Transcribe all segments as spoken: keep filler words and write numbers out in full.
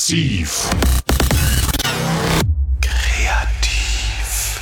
Massiv. Kreativ.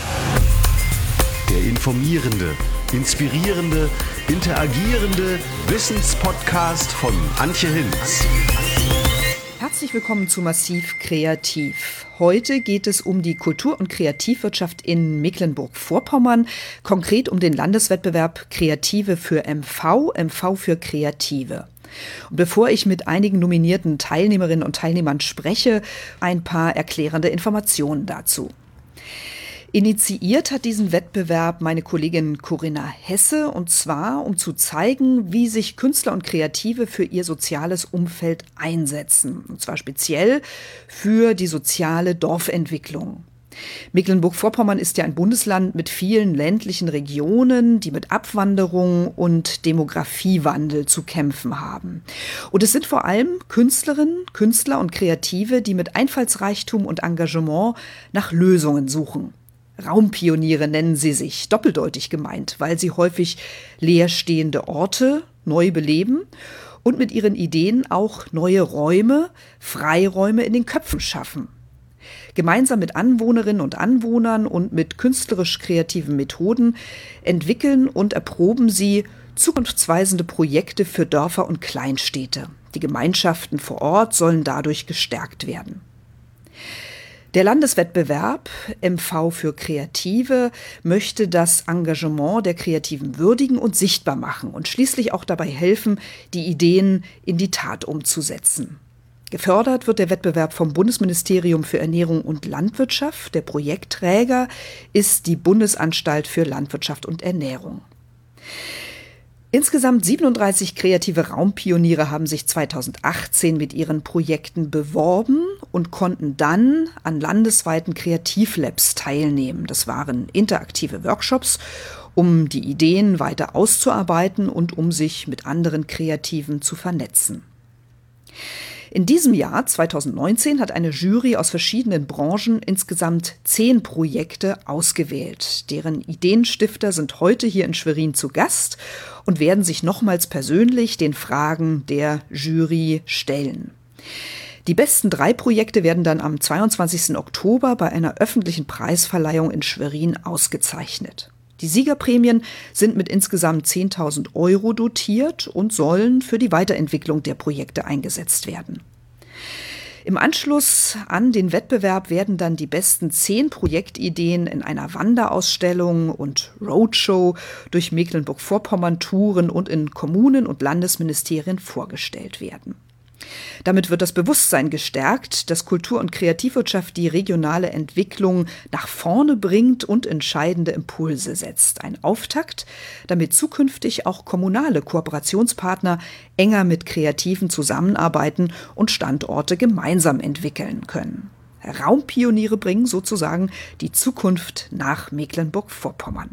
Der informierende, inspirierende, interagierende Wissenspodcast von Antje Hinz. Herzlich willkommen zu Massiv Kreativ. Heute geht es um die Kultur- und Kreativwirtschaft in Mecklenburg-Vorpommern, konkret um den Landeswettbewerb Kreative für M V, M V für Kreative. Und bevor ich mit einigen nominierten Teilnehmerinnen und Teilnehmern spreche, ein paar erklärende Informationen dazu. Initiiert hat diesen Wettbewerb meine Kollegin Corinna Hesse, und zwar, um zu zeigen, wie sich Künstler und Kreative für ihr soziales Umfeld einsetzen. Und zwar speziell für die soziale Dorfentwicklung. Mecklenburg-Vorpommern ist ja ein Bundesland mit vielen ländlichen Regionen, die mit Abwanderung und Demografiewandel zu kämpfen haben. Und es sind vor allem Künstlerinnen, Künstler und Kreative, die mit Einfallsreichtum und Engagement nach Lösungen suchen. Raumpioniere nennen sie sich, doppeldeutig gemeint, weil sie häufig leerstehende Orte neu beleben und mit ihren Ideen auch neue Räume, Freiräume in den Köpfen schaffen. Gemeinsam mit Anwohnerinnen und Anwohnern und mit künstlerisch-kreativen Methoden entwickeln und erproben sie zukunftsweisende Projekte für Dörfer und Kleinstädte. Die Gemeinschaften vor Ort sollen dadurch gestärkt werden. Der Landeswettbewerb M V für Kreative möchte das Engagement der Kreativen würdigen und sichtbar machen und schließlich auch dabei helfen, die Ideen in die Tat umzusetzen. Gefördert wird der Wettbewerb vom Bundesministerium für Ernährung und Landwirtschaft. Der Projektträger ist die Bundesanstalt für Landwirtschaft und Ernährung. Insgesamt siebenunddreißig kreative Raumpioniere haben sich zweitausendachtzehn mit ihren Projekten beworben und konnten dann an landesweiten Kreativlabs teilnehmen. Das waren interaktive Workshops, um die Ideen weiter auszuarbeiten und um sich mit anderen Kreativen zu vernetzen. In diesem Jahr, zweitausendneunzehn, hat eine Jury aus verschiedenen Branchen insgesamt zehn Projekte ausgewählt. Deren Ideenstifter sind heute hier in Schwerin zu Gast und werden sich nochmals persönlich den Fragen der Jury stellen. Die besten drei Projekte werden dann am zweiundzwanzigsten Oktober bei einer öffentlichen Preisverleihung in Schwerin ausgezeichnet. Die Siegerprämien sind mit insgesamt zehntausend Euro dotiert und sollen für die Weiterentwicklung der Projekte eingesetzt werden. Im Anschluss an den Wettbewerb werden dann die besten zehn Projektideen in einer Wanderausstellung und Roadshow durch Mecklenburg-Vorpommern touren und in Kommunen und Landesministerien vorgestellt werden. Damit wird das Bewusstsein gestärkt, dass Kultur- und Kreativwirtschaft die regionale Entwicklung nach vorne bringt und entscheidende Impulse setzt. Ein Auftakt, damit zukünftig auch kommunale Kooperationspartner enger mit Kreativen zusammenarbeiten und Standorte gemeinsam entwickeln können. Raumpioniere bringen sozusagen die Zukunft nach Mecklenburg-Vorpommern.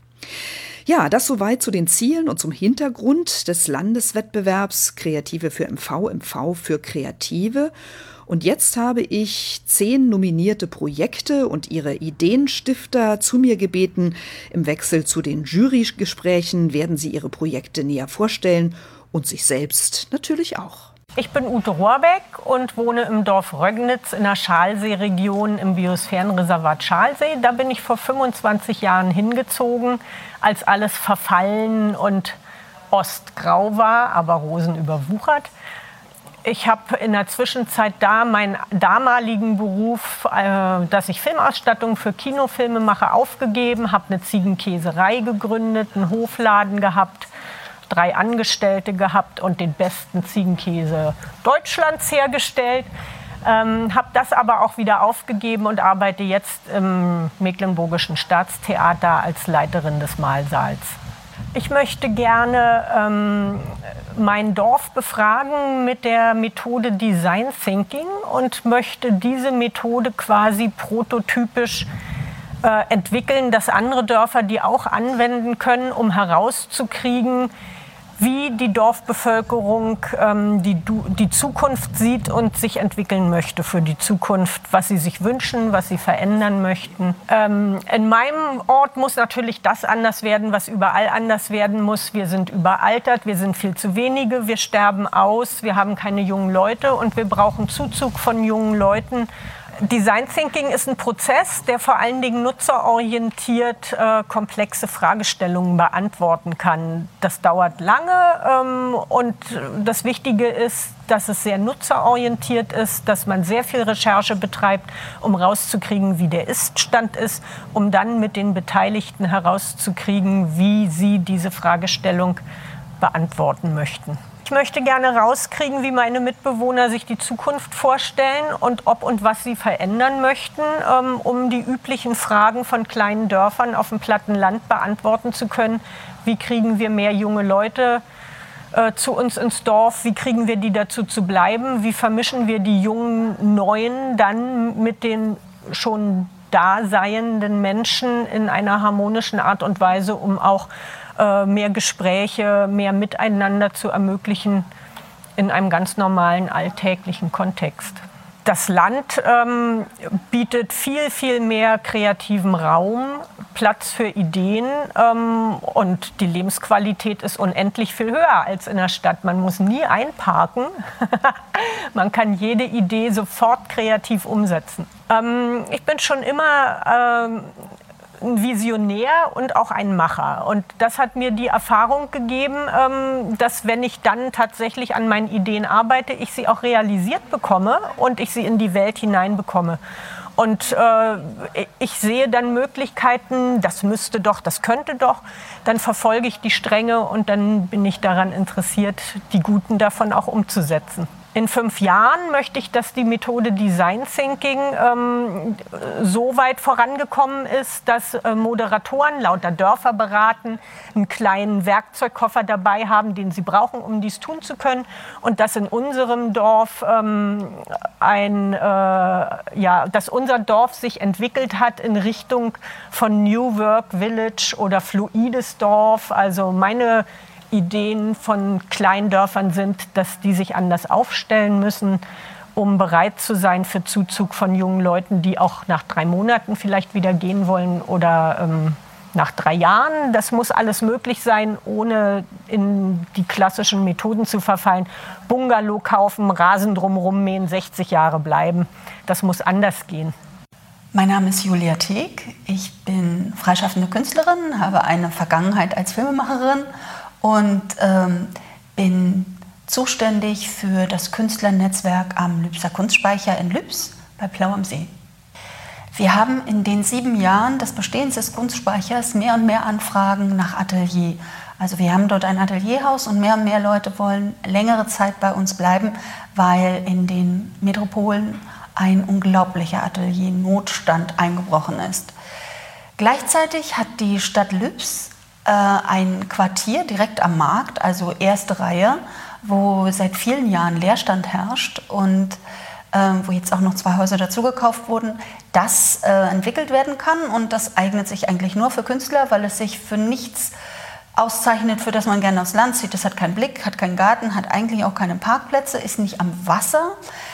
Ja, das soweit zu den Zielen und zum Hintergrund des Landeswettbewerbs Kreative für M V, M V für Kreative. Und jetzt habe ich zehn nominierte Projekte und ihre Ideenstifter zu mir gebeten. Im Wechsel zu den Jurygesprächen werden sie ihre Projekte näher vorstellen und sich selbst natürlich auch. Ich bin Ute Rohrbeck und wohne im Dorf Rögnitz in der Schalsee-Region im Biosphärenreservat Schalsee. Da bin ich vor fünfundzwanzig Jahren hingezogen, als alles verfallen und ostgrau war, aber Rosen überwuchert. Ich habe in der Zwischenzeit da meinen damaligen Beruf, äh, dass ich Filmausstattung für Kinofilme mache, aufgegeben, habe eine Ziegenkäserei gegründet, einen Hofladen gehabt, drei Angestellte gehabt und den besten Ziegenkäse Deutschlands hergestellt. Ähm, habe das aber auch wieder aufgegeben und arbeite jetzt im Mecklenburgischen Staatstheater als Leiterin des Mahlsaals. Ich möchte gerne ähm, mein Dorf befragen mit der Methode Design Thinking und möchte diese Methode quasi prototypisch äh, entwickeln, dass andere Dörfer die auch anwenden können, um herauszukriegen, wie die Dorfbevölkerung ähm, die, die Zukunft sieht und sich entwickeln möchte für die Zukunft, was sie sich wünschen, was sie verändern möchten. Ähm, in meinem Ort muss natürlich das anders werden, was überall anders werden muss. Wir sind überaltert, wir sind viel zu wenige, wir sterben aus, wir haben keine jungen Leute und wir brauchen Zuzug von jungen Leuten. Design Thinking ist ein Prozess, der vor allen Dingen nutzerorientiert äh, komplexe Fragestellungen beantworten kann. Das dauert lange ähm, und das Wichtige ist, dass es sehr nutzerorientiert ist, dass man sehr viel Recherche betreibt, um rauszukriegen, wie der Ist-Stand ist, um dann mit den Beteiligten herauszukriegen, wie sie diese Fragestellung beantworten möchten. Ich möchte gerne rauskriegen, wie meine Mitbewohner sich die Zukunft vorstellen und ob und was sie verändern möchten, ähm, um die üblichen Fragen von kleinen Dörfern auf dem platten Land beantworten zu können. Wie kriegen wir mehr junge Leute äh, zu uns ins Dorf? Wie kriegen wir die dazu zu bleiben? Wie vermischen wir die jungen Neuen dann mit den schon daseienden Menschen in einer harmonischen Art und Weise, um auch mehr Gespräche, mehr Miteinander zu ermöglichen in einem ganz normalen alltäglichen Kontext. Das Land ähm, bietet viel, viel mehr kreativen Raum, Platz für Ideen ähm, und die Lebensqualität ist unendlich viel höher als in der Stadt. Man muss nie einparken. Man kann jede Idee sofort kreativ umsetzen. Ähm, ich bin schon immer ähm, ein Visionär und auch ein Macher. Und das hat mir die Erfahrung gegeben, dass wenn ich dann tatsächlich an meinen Ideen arbeite, ich sie auch realisiert bekomme und ich sie in die Welt hineinbekomme. Und äh, ich sehe dann Möglichkeiten, das müsste doch, das könnte doch. Dann verfolge ich die Stränge und dann bin ich daran interessiert, die Guten davon auch umzusetzen. In fünf Jahren möchte ich, dass die Methode Design Thinking ähm, so weit vorangekommen ist, dass äh, Moderatoren lauter Dörfer beraten, einen kleinen Werkzeugkoffer dabei haben, den sie brauchen, um dies tun zu können. Und dass in unserem Dorf ähm, ein, äh, ja, dass unser Dorf sich entwickelt hat in Richtung von New Work Village oder fluides Dorf. Also meine Ideen von Kleindörfern sind, dass die sich anders aufstellen müssen, um bereit zu sein für Zuzug von jungen Leuten, die auch nach drei Monaten vielleicht wieder gehen wollen oder ähm, nach drei Jahren. Das muss alles möglich sein, ohne in die klassischen Methoden zu verfallen. Bungalow kaufen, Rasen drumherum mähen, sechzig Jahre bleiben. Das muss anders gehen. Mein Name ist Julia Teek. Ich bin freischaffende Künstlerin, habe eine Vergangenheit als Filmemacherin und ähm, bin zuständig für das Künstlernetzwerk am Lübser Kunstspeicher in Lübs bei Plau am See. Wir haben in den sieben Jahren des Bestehens des Kunstspeichers mehr und mehr Anfragen nach Atelier. Also wir haben dort ein Atelierhaus und mehr und mehr Leute wollen längere Zeit bei uns bleiben, weil in den Metropolen ein unglaublicher Ateliernotstand eingebrochen ist. Gleichzeitig hat die Stadt Lübs äh, ein Quartier direkt am Markt, also erste Reihe, wo seit vielen Jahren Leerstand herrscht und äh, wo jetzt auch noch zwei Häuser dazugekauft wurden, das äh, entwickelt werden kann. Und das eignet sich eigentlich nur für Künstler, weil es sich für nichts auszeichnet, für das man gerne aufs Land zieht. Es hat keinen Blick, hat keinen Garten, hat eigentlich auch keine Parkplätze, ist nicht am Wasser.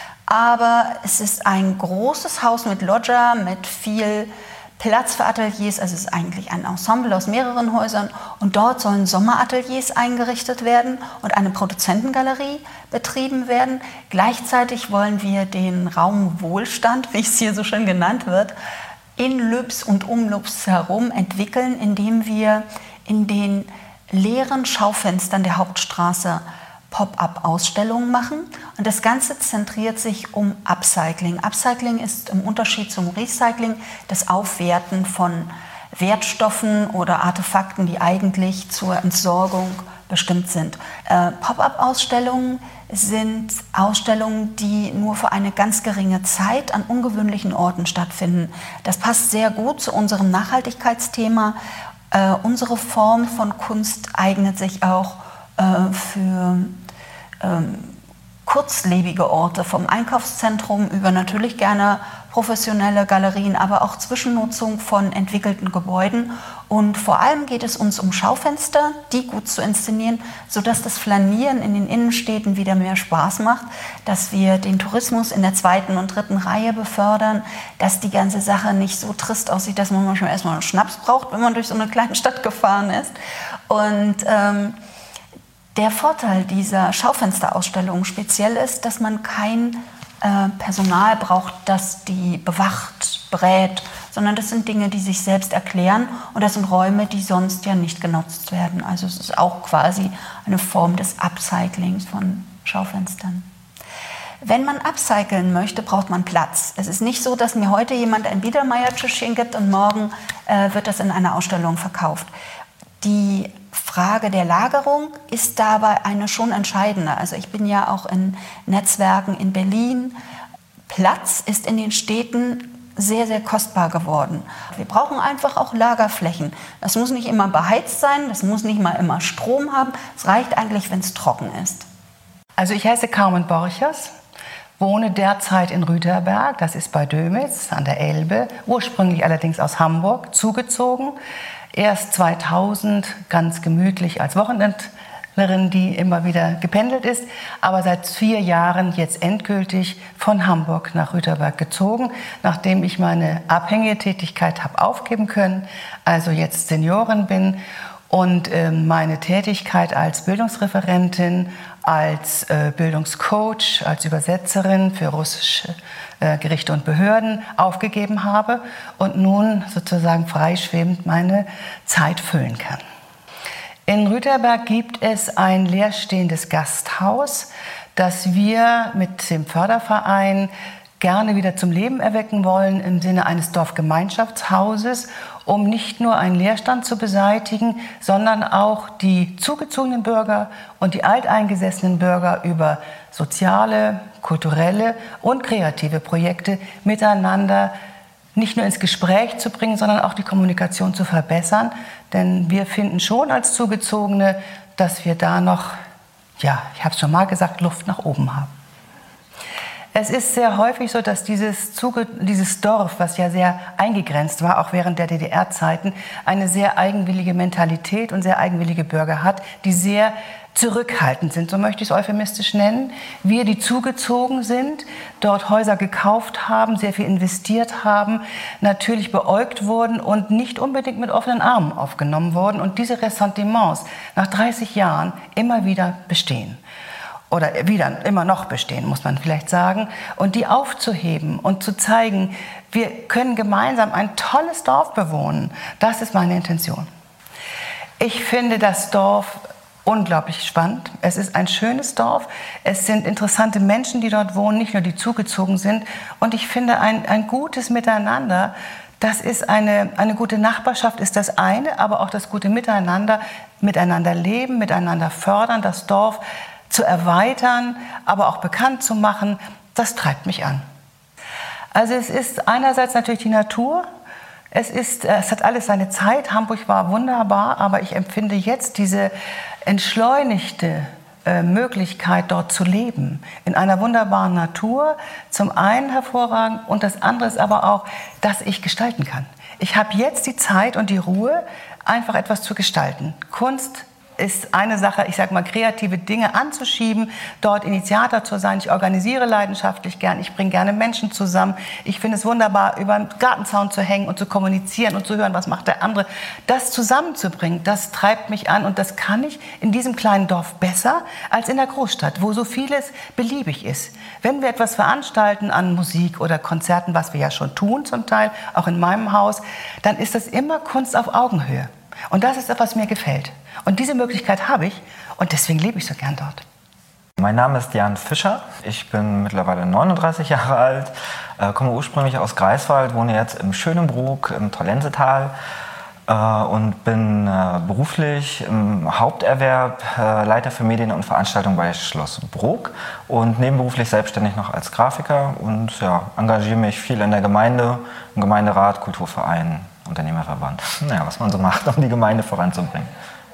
Aber es ist ein großes Haus mit Loggia, mit viel Platz für Ateliers. Also es ist eigentlich ein Ensemble aus mehreren Häusern. Und dort sollen Sommerateliers eingerichtet werden und eine Produzentengalerie betrieben werden. Gleichzeitig wollen wir den Raum Wohlstand, wie es hier so schön genannt wird, in Lübs und um Lübs herum entwickeln, indem wir in den leeren Schaufenstern der Hauptstraße Pop-up-Ausstellungen machen. Und das Ganze zentriert sich um Upcycling. Upcycling ist im Unterschied zum Recycling das Aufwerten von Wertstoffen oder Artefakten, die eigentlich zur Entsorgung bestimmt sind. Äh, Pop-up-Ausstellungen sind Ausstellungen, die nur für eine ganz geringe Zeit an ungewöhnlichen Orten stattfinden. Das passt sehr gut zu unserem Nachhaltigkeitsthema. Äh, unsere Form von Kunst eignet sich auch äh, für ähm, kurzlebige Orte, vom Einkaufszentrum über natürlich gerne professionelle Galerien, aber auch Zwischennutzung von entwickelten Gebäuden. Und vor allem geht es uns um Schaufenster, die gut zu inszenieren, sodass das Flanieren in den Innenstädten wieder mehr Spaß macht, dass wir den Tourismus in der zweiten und dritten Reihe befördern, dass die ganze Sache nicht so trist aussieht, dass man manchmal erstmal einen Schnaps braucht, wenn man durch so eine kleine Stadt gefahren ist. Und ähm, der Vorteil dieser Schaufensterausstellung speziell ist, dass man kein äh, Personal braucht, das die bewacht, berät, sondern das sind Dinge, die sich selbst erklären und das sind Räume, die sonst ja nicht genutzt werden. Also es ist auch quasi eine Form des Upcyclings von Schaufenstern. Wenn man upcyclen möchte, braucht man Platz. Es ist nicht so, dass mir heute jemand ein Biedermeier-Tischchen gibt und morgen äh, wird das in einer Ausstellung verkauft. Die Frage der Lagerung ist dabei eine schon entscheidende. Also ich bin ja auch in Netzwerken in Berlin. Platz ist in den Städten sehr, sehr kostbar geworden. Wir brauchen einfach auch Lagerflächen. Das muss nicht immer beheizt sein, das muss nicht mal immer Strom haben. Es reicht eigentlich, wenn es trocken ist. Also ich heiße Carmen Borchers, wohne derzeit in Rüterberg, das ist bei Dömitz an der Elbe, ursprünglich allerdings aus Hamburg, zugezogen. Erst zweitausend ganz gemütlich als Wochenendlerin, die immer wieder gependelt ist, aber seit vier Jahren jetzt endgültig von Hamburg nach Rüterberg gezogen, nachdem ich meine abhängige Tätigkeit habe aufgeben können, also jetzt Seniorin bin und äh, meine Tätigkeit als Bildungsreferentin, als äh, Bildungscoach, als Übersetzerin für russische äh, Gerichte und Behörden aufgegeben habe und nun sozusagen freischwebend meine Zeit füllen kann. In Rüterberg gibt es ein leerstehendes Gasthaus, das wir mit dem Förderverein gerne wieder zum Leben erwecken wollen im Sinne eines Dorfgemeinschaftshauses, um nicht nur einen Leerstand zu beseitigen, sondern auch die zugezogenen Bürger und die alteingesessenen Bürger über soziale, kulturelle und kreative Projekte miteinander nicht nur ins Gespräch zu bringen, sondern auch die Kommunikation zu verbessern. Denn wir finden schon als Zugezogene, dass wir da noch, ja, ich habe es schon mal gesagt, Luft nach oben haben. Es ist sehr häufig so, dass dieses, Zuge, dieses Dorf, was ja sehr eingegrenzt war, auch während der D D R-Zeiten, eine sehr eigenwillige Mentalität und sehr eigenwillige Bürger hat, die sehr zurückhaltend sind, so möchte ich es euphemistisch nennen. Wir, die zugezogen sind, dort Häuser gekauft haben, sehr viel investiert haben, natürlich beäugt wurden und nicht unbedingt mit offenen Armen aufgenommen wurden und diese Ressentiments nach dreißig Jahren immer wieder bestehen. Oder wieder immer noch bestehen, muss man vielleicht sagen, und die aufzuheben und zu zeigen, wir können gemeinsam ein tolles Dorf bewohnen. Das ist meine Intention. Ich finde das Dorf unglaublich spannend. Es ist ein schönes Dorf. Es sind interessante Menschen, die dort wohnen, nicht nur die zugezogen sind. Und ich finde ein, ein gutes Miteinander, das ist eine, eine gute Nachbarschaft, ist das eine, aber auch das gute Miteinander, miteinander leben, miteinander fördern, das Dorf zu erweitern, aber auch bekannt zu machen, das treibt mich an. Also es ist einerseits natürlich die Natur, es, ist, es hat alles seine Zeit, Hamburg war wunderbar, aber ich empfinde jetzt diese entschleunigte äh, Möglichkeit, dort zu leben, in einer wunderbaren Natur, zum einen hervorragend und das andere ist aber auch, dass ich gestalten kann. Ich habe jetzt die Zeit und die Ruhe, einfach etwas zu gestalten. Kunst ist eine Sache, ich sage mal, kreative Dinge anzuschieben, dort Initiator zu sein. Ich organisiere leidenschaftlich gern, ich bringe gerne Menschen zusammen. Ich finde es wunderbar, über einen Gartenzaun zu hängen und zu kommunizieren und zu hören, was macht der andere. Das zusammenzubringen, das treibt mich an und das kann ich in diesem kleinen Dorf besser als in der Großstadt, wo so vieles beliebig ist. Wenn wir etwas veranstalten an Musik oder Konzerten, was wir ja schon tun zum Teil, auch in meinem Haus, dann ist das immer Kunst auf Augenhöhe. Und das ist das, was mir gefällt. Und diese Möglichkeit habe ich und deswegen lebe ich so gern dort. Mein Name ist Jan Fischer. Ich bin mittlerweile neununddreißig Jahre alt, äh, komme ursprünglich aus Greifswald, wohne jetzt im Schönenbrook im Tollensetal äh, und bin äh, beruflich im Haupterwerb äh, Leiter für Medien und Veranstaltungen bei Schloss Brok und nebenberuflich selbstständig noch als Grafiker und ja, engagiere mich viel in der Gemeinde, im Gemeinderat, Kulturverein, Unternehmerverband. Naja, was man so macht, um die Gemeinde voranzubringen.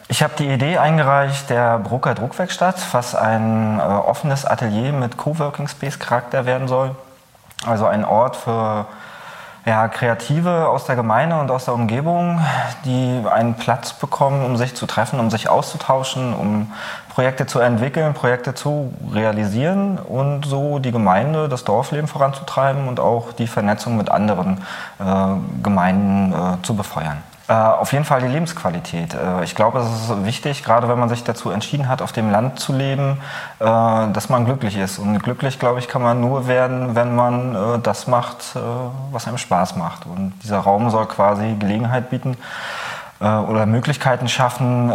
Ich habe die Idee eingereicht der Brucker Druckwerkstatt, was ein äh, offenes Atelier mit Coworking Space Charakter werden soll. Also ein Ort für ja, Kreative aus der Gemeinde und aus der Umgebung, die einen Platz bekommen, um sich zu treffen, um sich auszutauschen, um Projekte zu entwickeln, Projekte zu realisieren und so die Gemeinde, das Dorfleben voranzutreiben und auch die Vernetzung mit anderen äh, Gemeinden äh, zu befeuern. Äh, auf jeden Fall die Lebensqualität. Äh, ich glaube, es ist wichtig, gerade wenn man sich dazu entschieden hat, auf dem Land zu leben, äh, dass man glücklich ist. Und glücklich, glaube ich, kann man nur werden, wenn man äh, das macht, äh, was einem Spaß macht. Und dieser Raum soll quasi Gelegenheit bieten äh, oder Möglichkeiten schaffen, äh,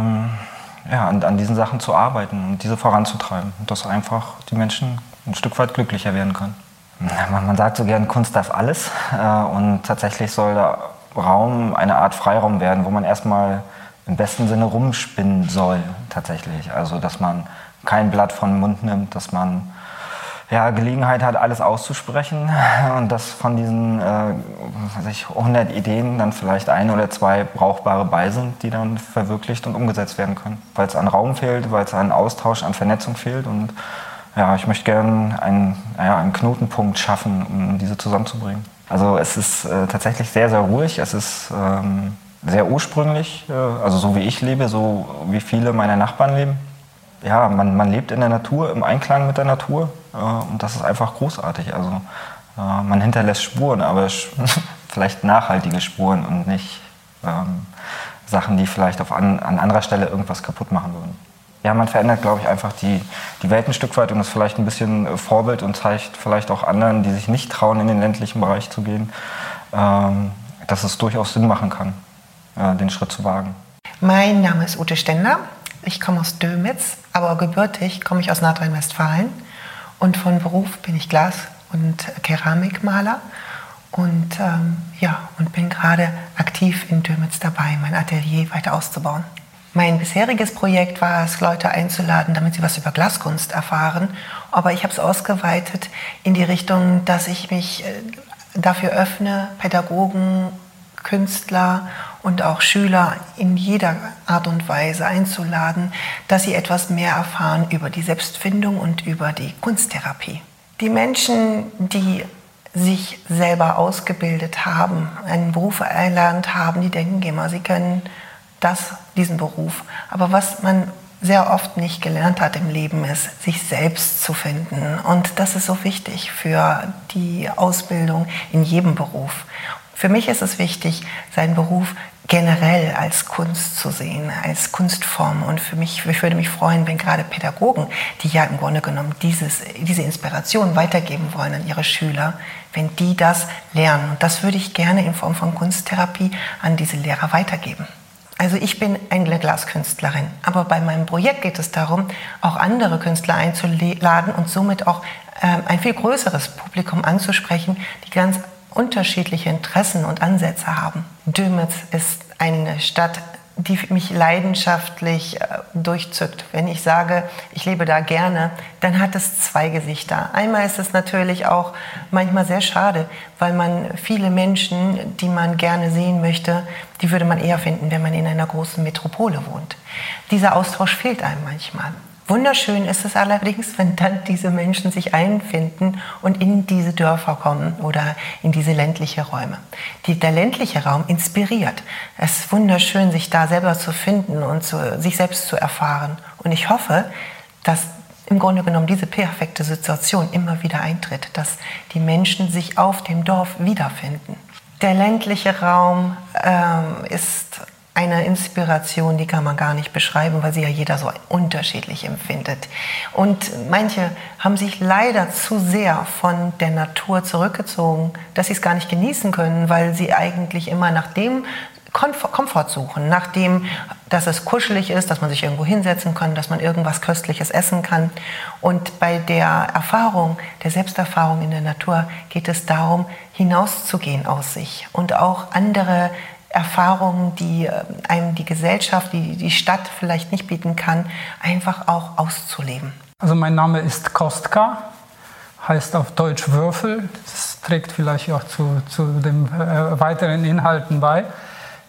ja, an, an diesen Sachen zu arbeiten und diese voranzutreiben. Und dass einfach die Menschen ein Stück weit glücklicher werden können. Man, man sagt so gern, Kunst darf alles. Äh, und tatsächlich soll da Raum eine Art Freiraum werden, wo man erstmal im besten Sinne rumspinnen soll, tatsächlich. Also, dass man kein Blatt von den Mund nimmt, dass man ja, Gelegenheit hat, alles auszusprechen und dass von diesen äh, weiß ich, hundert Ideen dann vielleicht ein oder zwei brauchbare bei sind, die dann verwirklicht und umgesetzt werden können. Weil es an Raum fehlt, weil es an Austausch, an Vernetzung fehlt und ja, ich möchte gerne einen, ja, einen Knotenpunkt schaffen, um diese zusammenzubringen. Also es ist äh, tatsächlich sehr, sehr ruhig, es ist ähm, sehr ursprünglich, äh, also so wie ich lebe, so wie viele meiner Nachbarn leben. Ja, man, man lebt in der Natur, im Einklang mit der Natur äh, und das ist einfach großartig. Also äh, man hinterlässt Spuren, aber vielleicht nachhaltige Spuren und nicht ähm, Sachen, die vielleicht auf an, an anderer Stelle irgendwas kaputt machen würden. Ja, man verändert, glaube ich, einfach die, die Welt ein Stück weit und ist vielleicht ein bisschen Vorbild und zeigt vielleicht auch anderen, die sich nicht trauen, in den ländlichen Bereich zu gehen, ähm, dass es durchaus Sinn machen kann, äh, den Schritt zu wagen. Mein Name ist Ute Stender. Ich komme aus Dömitz, aber gebürtig komme ich aus Nordrhein-Westfalen. Und von Beruf bin ich Glas- und Keramikmaler. Und, ähm, ja, und bin gerade aktiv in Dömitz dabei, mein Atelier weiter auszubauen. Mein bisheriges Projekt war es, Leute einzuladen, damit sie was über Glaskunst erfahren. Aber ich habe es ausgeweitet in die Richtung, dass ich mich dafür öffne, Pädagogen, Künstler und auch Schüler in jeder Art und Weise einzuladen, dass sie etwas mehr erfahren über die Selbstfindung und über die Kunsttherapie. Die Menschen, die sich selber ausgebildet haben, einen Beruf erlernt haben, die denken immer, sie können das, diesen Beruf. Aber was man sehr oft nicht gelernt hat im Leben ist, sich selbst zu finden. Und das ist so wichtig für die Ausbildung in jedem Beruf. Für mich ist es wichtig, seinen Beruf generell als Kunst zu sehen, als Kunstform. Und für mich, ich würde mich freuen, wenn gerade Pädagogen, die ja im Grunde genommen dieses, diese Inspiration weitergeben wollen an ihre Schüler, wenn die das lernen. Und das würde ich gerne in Form von Kunsttherapie an diese Lehrer weitergeben. Also ich bin eine Glaskünstlerin, aber bei meinem Projekt geht es darum, auch andere Künstler einzuladen und somit auch ähm, ein viel größeres Publikum anzusprechen, die ganz unterschiedliche Interessen und Ansätze haben. Dömitz ist eine Stadt, die mich leidenschaftlich äh, durchzückt. Wenn ich sage, ich lebe da gerne, dann hat es zwei Gesichter. Einmal ist es natürlich auch manchmal sehr schade, weil man viele Menschen, die man gerne sehen möchte, die würde man eher finden, wenn man in einer großen Metropole wohnt. Dieser Austausch fehlt einem manchmal. Wunderschön ist es allerdings, wenn dann diese Menschen sich einfinden und in diese Dörfer kommen oder in diese ländliche Räume. Die, der ländliche Raum inspiriert. Es ist wunderschön, sich da selber zu finden und zu, sich selbst zu erfahren. Und ich hoffe, dass im Grunde genommen diese perfekte Situation immer wieder eintritt, dass die Menschen sich auf dem Dorf wiederfinden. Der ländliche Raum ähm, ist eine Inspiration, die kann man gar nicht beschreiben, weil sie ja jeder so unterschiedlich empfindet. Und manche haben sich leider zu sehr von der Natur zurückgezogen, dass sie es gar nicht genießen können, weil sie eigentlich immer nach dem Komfort suchen, nach dem, dass es kuschelig ist, dass man sich irgendwo hinsetzen kann, dass man irgendwas Köstliches essen kann. Und bei der Erfahrung, der Selbsterfahrung in der Natur geht es darum, hinauszugehen aus sich und auch andere Erfahrungen, die einem die Gesellschaft, die die Stadt vielleicht nicht bieten kann, einfach auch auszuleben. Also mein Name ist Kostka, heißt auf Deutsch Würfel. Das trägt vielleicht auch zu, zu den äh, weiteren Inhalten bei.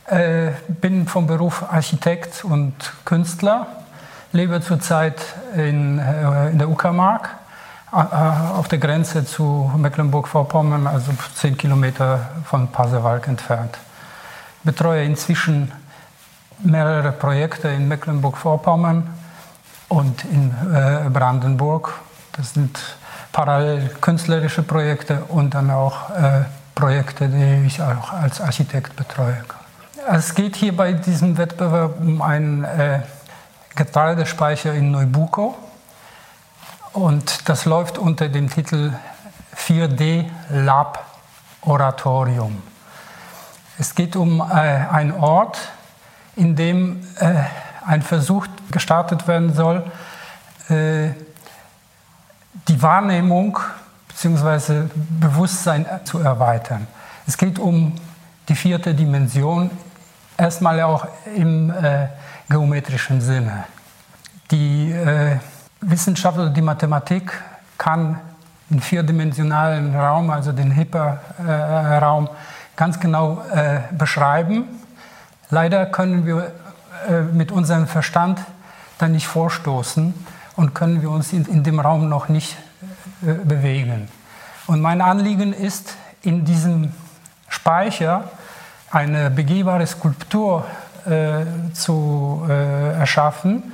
äh, bin vom Beruf Architekt und Künstler, lebe zurzeit in, äh, in der Uckermark, äh, auf der Grenze zu Mecklenburg-Vorpommern, also zehn Kilometer von Pasewalk entfernt. Betreue inzwischen mehrere Projekte in Mecklenburg-Vorpommern und in äh, Brandenburg. Das sind parallel künstlerische Projekte und dann auch äh, Projekte, die ich auch als Architekt betreue. Es geht hier bei diesem Wettbewerb um einen äh, Getreidespeicher in Neubuko und das läuft unter dem Titel vier D Lab Oratorium. Es geht um äh, einen Ort, in dem äh, ein Versuch gestartet werden soll, äh, die Wahrnehmung bzw. Bewusstsein zu erweitern. Es geht um die vierte Dimension, erstmal auch im äh, geometrischen Sinne. Die äh, Wissenschaft oder die Mathematik kann den vierdimensionalen Raum, also den Hyperraum, äh, ganz genau äh, beschreiben. Leider können wir äh, mit unserem Verstand da nicht vorstoßen und können wir uns in, in dem Raum noch nicht äh, bewegen. Und mein Anliegen ist, in diesem Speicher eine begehbare Skulptur äh, zu äh, erschaffen,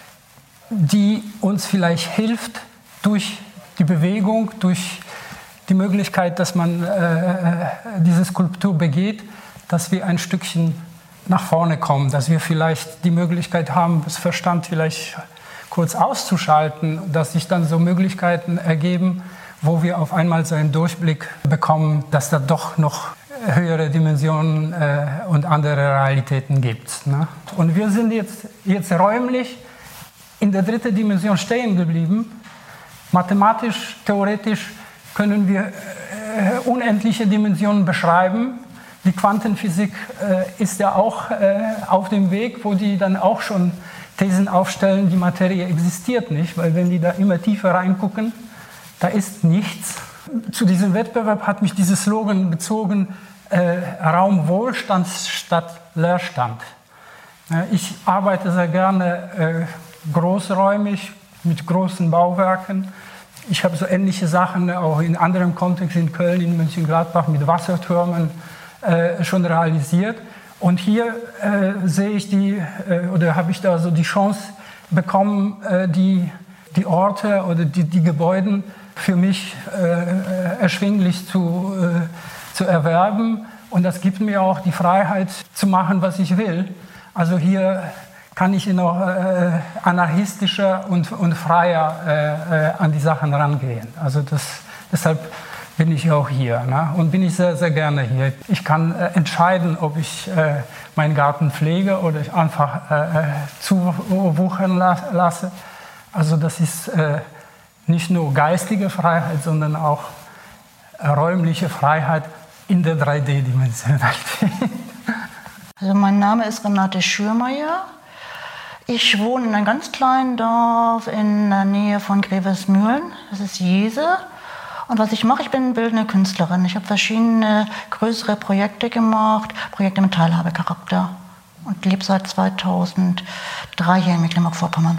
die uns vielleicht hilft, durch die Bewegung, durch die Möglichkeit, dass man äh, diese Skulptur begeht, dass wir ein Stückchen nach vorne kommen, dass wir vielleicht die Möglichkeit haben, das Verstand vielleicht kurz auszuschalten, dass sich dann so Möglichkeiten ergeben, wo wir auf einmal so einen Durchblick bekommen, dass da doch noch höhere Dimensionen äh, und andere Realitäten gibt. Ne? Und wir sind jetzt, jetzt räumlich in der dritten Dimension stehen geblieben. Mathematisch, theoretisch können wir äh, unendliche Dimensionen beschreiben. Die Quantenphysik äh, ist ja auch äh, auf dem Weg, wo die dann auch schon Thesen aufstellen, die Materie existiert nicht, weil wenn die da immer tiefer reingucken, da ist nichts. Zu diesem Wettbewerb hat mich dieses Slogan gezogen, äh, Raum Wohlstand statt Leerstand. Ja, ich arbeite sehr gerne äh, großräumig mit großen Bauwerken. Ich habe so ähnliche Sachen auch in anderem Kontext in Köln, in Mönchengladbach mit Wassertürmen äh, schon realisiert. Und hier äh, sehe ich die, äh, oder habe ich da so die Chance bekommen, äh, die, die Orte oder die, die Gebäude für mich äh, erschwinglich zu, äh, zu erwerben. Und das gibt mir auch die Freiheit zu machen, was ich will. Also hier kann ich noch äh, anarchistischer und, und freier äh, äh, an die Sachen rangehen. Also das, deshalb bin ich auch hier, ne? Und bin ich sehr, sehr gerne hier. Ich kann äh, entscheiden, ob ich äh, meinen Garten pflege oder ich einfach äh, zuwuchern la- lasse. Also das ist äh, nicht nur geistige Freiheit, sondern auch äh, räumliche Freiheit in der drei D-Dimensionalität. Also mein Name ist Renate Schürmeier. Ich wohne in einem ganz kleinen Dorf in der Nähe von Grevesmühlen. Das ist Jese. Und was ich mache, ich bin bildende Künstlerin. Ich habe verschiedene größere Projekte gemacht, Projekte mit Teilhabecharakter. Und lebe seit zweitausenddrei hier in Mecklenburg-Vorpommern.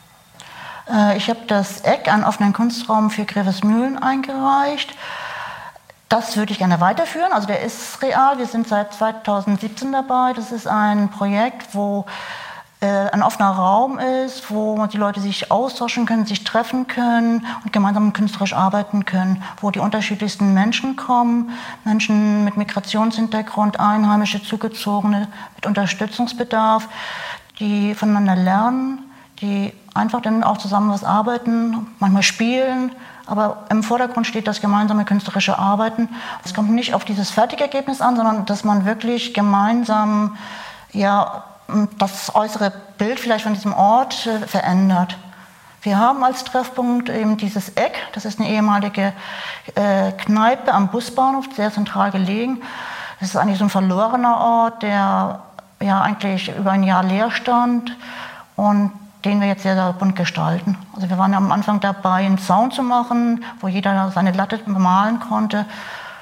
Ich habe das Eck, einen offenen Kunstraum für Grevesmühlen, eingereicht. Das würde ich gerne weiterführen. Also der ist real. Wir sind seit zweitausendsiebzehn dabei. Das ist ein Projekt, wo äh, ein offener Raum ist, wo die Leute sich austauschen können, sich treffen können und gemeinsam künstlerisch arbeiten können, wo die unterschiedlichsten Menschen kommen, Menschen mit Migrationshintergrund, Einheimische, Zugezogene mit Unterstützungsbedarf, die voneinander lernen, die einfach dann auch zusammen was arbeiten, manchmal spielen. Aber im Vordergrund steht das gemeinsame künstlerische Arbeiten. Es kommt nicht auf dieses Fertigergebnis an, sondern dass man wirklich gemeinsam ja, das äußere Bild vielleicht von diesem Ort äh, verändert. Wir haben als Treffpunkt eben dieses Eck. Das ist eine ehemalige äh, Kneipe am Busbahnhof, sehr zentral gelegen. Das ist eigentlich so ein verlorener Ort, der ja eigentlich über ein Jahr leer stand und den wir jetzt sehr, sehr bunt gestalten. Also wir waren ja am Anfang dabei, einen Zaun zu machen, wo jeder seine Latte bemalen konnte.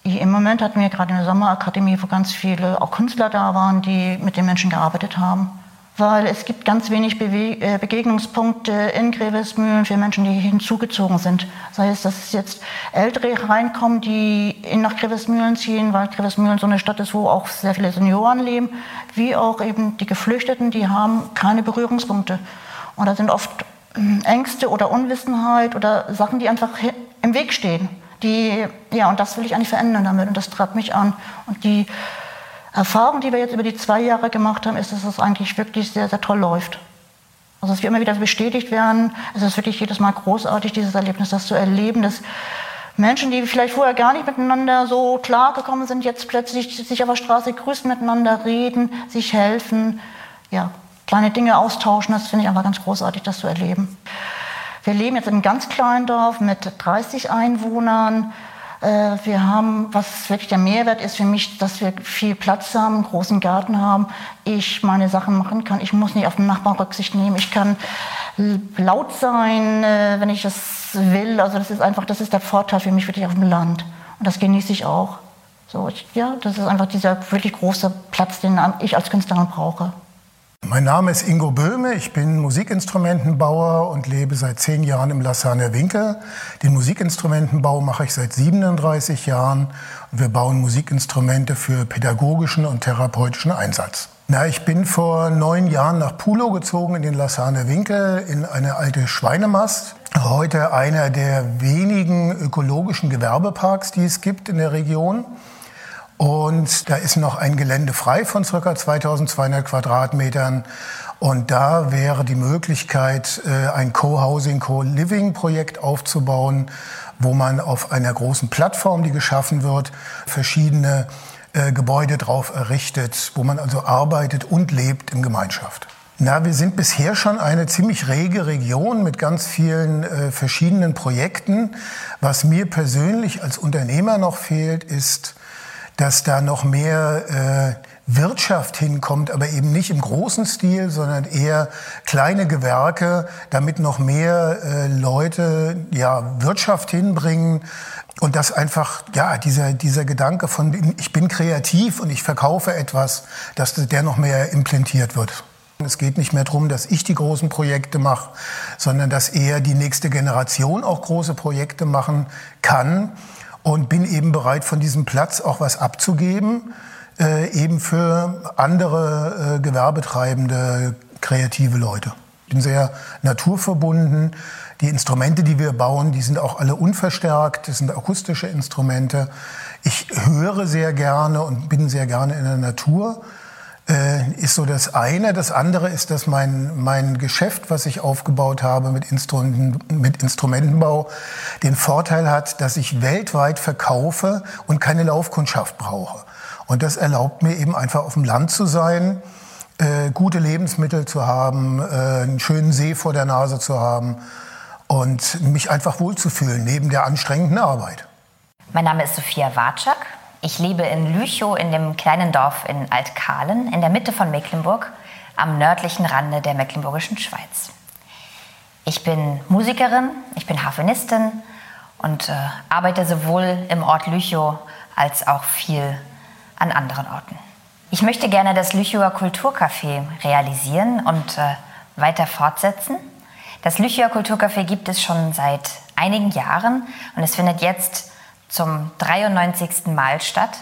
Im Moment hatten wir gerade eine Sommerakademie, wo ganz viele auch Künstler da waren, die mit den Menschen gearbeitet haben. Weil es gibt ganz wenig Bewe äh, Begegnungspunkte in Grevesmühlen für Menschen, die hinzugezogen sind. Sei es, dass jetzt Ältere reinkommen, die in nach Grevesmühlen ziehen, weil Grevesmühlen so eine Stadt ist, wo auch sehr viele Senioren leben, wie auch eben die Geflüchteten, die haben keine Berührungspunkte. Und da sind oft äh, Ängste oder Unwissenheit oder Sachen, die einfach im Weg stehen. Die, ja, und das will ich eigentlich verändern damit und das treibt mich an. Und die Erfahrung, die wir jetzt über die zwei Jahre gemacht haben, ist, dass es eigentlich wirklich sehr, sehr toll läuft. Also dass wir immer wieder bestätigt werden, es ist wirklich jedes Mal großartig, dieses Erlebnis, das zu erleben, dass Menschen, die vielleicht vorher gar nicht miteinander so klargekommen sind, jetzt plötzlich sich auf der Straße grüßen, miteinander reden, sich helfen, ja, kleine Dinge austauschen, das finde ich einfach ganz großartig, das zu erleben. Wir leben jetzt in einem ganz kleinen Dorf mit dreißig Einwohnern. Wir haben, was wirklich der Mehrwert ist für mich, dass wir viel Platz haben, einen großen Garten haben, ich meine Sachen machen kann, ich muss nicht auf den Nachbarn Rücksicht nehmen, ich kann laut sein, wenn ich das will, also das ist einfach, das ist der Vorteil für mich wirklich auf dem Land und das genieße ich auch. So, ich, ja, das ist einfach dieser wirklich große Platz, den ich als Künstlerin brauche. Mein Name ist Ingo Böhme, ich bin Musikinstrumentenbauer und lebe seit zehn Jahren im Lassaner Winkel. Den Musikinstrumentenbau mache ich seit siebenunddreißig Jahren und wir bauen Musikinstrumente für pädagogischen und therapeutischen Einsatz. Na, ich bin vor neun Jahren nach Pulow gezogen in den Lassaner Winkel in eine alte Schweinemast. Heute einer der wenigen ökologischen Gewerbeparks, die es gibt in der Region. Und da ist noch ein Gelände frei von ca. zweitausendzweihundert Quadratmetern. Und da wäre die Möglichkeit, ein Co-Housing, Co-Living-Projekt aufzubauen, wo man auf einer großen Plattform, die geschaffen wird, verschiedene Gebäude drauf errichtet, wo man also arbeitet und lebt in Gemeinschaft. Na, wir sind bisher schon eine ziemlich rege Region mit ganz vielen äh, verschiedenen Projekten. Was mir persönlich als Unternehmer noch fehlt, ist, dass da noch mehr äh, Wirtschaft hinkommt, aber eben nicht im großen Stil, sondern eher kleine Gewerke, damit noch mehr äh, Leute ja, Wirtschaft hinbringen. Und dass einfach ja, dieser, dieser Gedanke von ich bin kreativ und ich verkaufe etwas, dass der noch mehr implantiert wird. Es geht nicht mehr darum, dass ich die großen Projekte mache, sondern dass eher die nächste Generation auch große Projekte machen kann. Und bin eben bereit, von diesem Platz auch was abzugeben, äh, eben für andere äh, gewerbetreibende, kreative Leute. Ich bin sehr naturverbunden. Die Instrumente, die wir bauen, die sind auch alle unverstärkt. Das sind akustische Instrumente. Ich höre sehr gerne und bin sehr gerne in der Natur. Äh, ist so das eine. Das andere ist, dass mein, mein Geschäft, was ich aufgebaut habe mit, Instrumenten, mit Instrumentenbau, den Vorteil hat, dass ich weltweit verkaufe und keine Laufkundschaft brauche. Und das erlaubt mir eben einfach auf dem Land zu sein, äh, gute Lebensmittel zu haben, äh, einen schönen See vor der Nase zu haben und mich einfach wohlzufühlen neben der anstrengenden Arbeit. Mein Name ist Sophia Warczak. Ich lebe in Lüchow, in dem kleinen Dorf in Altkahlen, in der Mitte von Mecklenburg, am nördlichen Rande der mecklenburgischen Schweiz. Ich bin Musikerin, ich bin Harfenistin und äh, arbeite sowohl im Ort Lüchow als auch viel an anderen Orten. Ich möchte gerne das Lüchower Kulturcafé realisieren und äh, weiter fortsetzen. Das Lüchower Kulturcafé gibt es schon seit einigen Jahren und es findet jetzt zum dreiundneunzigsten Mal statt.